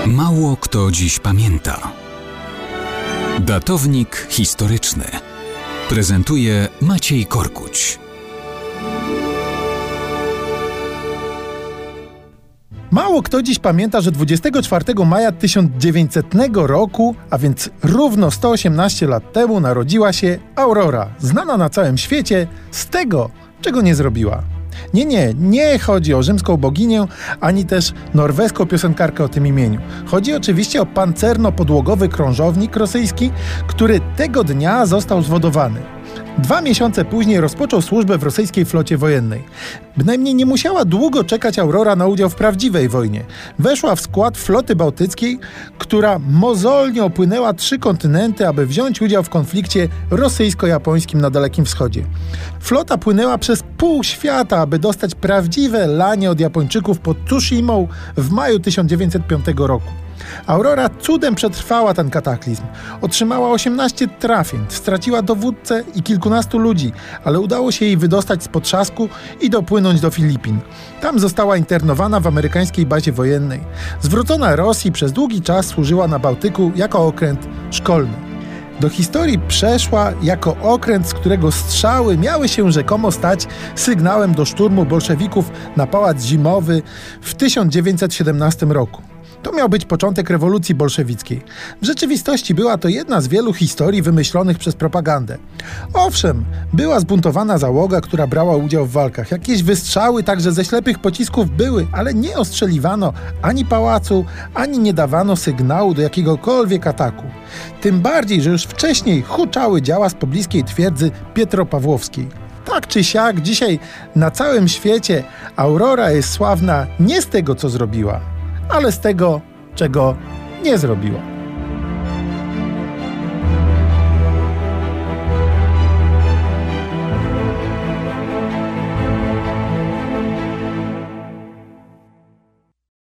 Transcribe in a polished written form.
Mało kto dziś pamięta. Datownik historyczny prezentuje Maciej Korkuć. Mało kto dziś pamięta, że 24 maja 1900 roku, a więc równo 118 lat temu, narodziła się Aurora, znana na całym świecie z tego, czego nie zrobiła. Nie chodzi o rzymską boginię, ani też norweską piosenkarkę o tym imieniu. Chodzi oczywiście o pancerno-podłogowy krążownik rosyjski, który tego dnia został zwodowany. 2 miesiące później rozpoczął służbę w rosyjskiej flocie wojennej. Bynajmniej nie musiała długo czekać Aurora na udział w prawdziwej wojnie. Weszła w skład floty bałtyckiej, która mozolnie opłynęła 3 kontynenty, aby wziąć udział w konflikcie rosyjsko-japońskim na Dalekim Wschodzie. Flota płynęła przez pół świata, aby dostać prawdziwe lanie od Japończyków pod Tsushimą w maju 1905 roku. Aurora cudem przetrwała ten kataklizm. Otrzymała 18 trafień, straciła dowódcę i kilkunastu ludzi, ale udało się jej wydostać z potrzasku i dopłynąć do Filipin. Tam została internowana w amerykańskiej bazie wojennej. Zwrócona Rosji, przez długi czas służyła na Bałtyku jako okręt szkolny. Do historii przeszła jako okręt, z którego strzały miały się rzekomo stać sygnałem do szturmu bolszewików na Pałac Zimowy w 1917 roku. To miał być początek rewolucji bolszewickiej. W rzeczywistości była to jedna z wielu historii wymyślonych przez propagandę. Owszem, była zbuntowana załoga, która brała udział w walkach. Jakieś wystrzały także ze ślepych pocisków były, ale nie ostrzeliwano ani pałacu, ani nie dawano sygnału do jakiegokolwiek ataku. Tym bardziej, że już wcześniej huczały działa z pobliskiej twierdzy Pietropawłowskiej. Tak czy siak, dzisiaj na całym świecie Aurora jest sławna nie z tego, co zrobiła, ale z tego, czego nie zrobiła.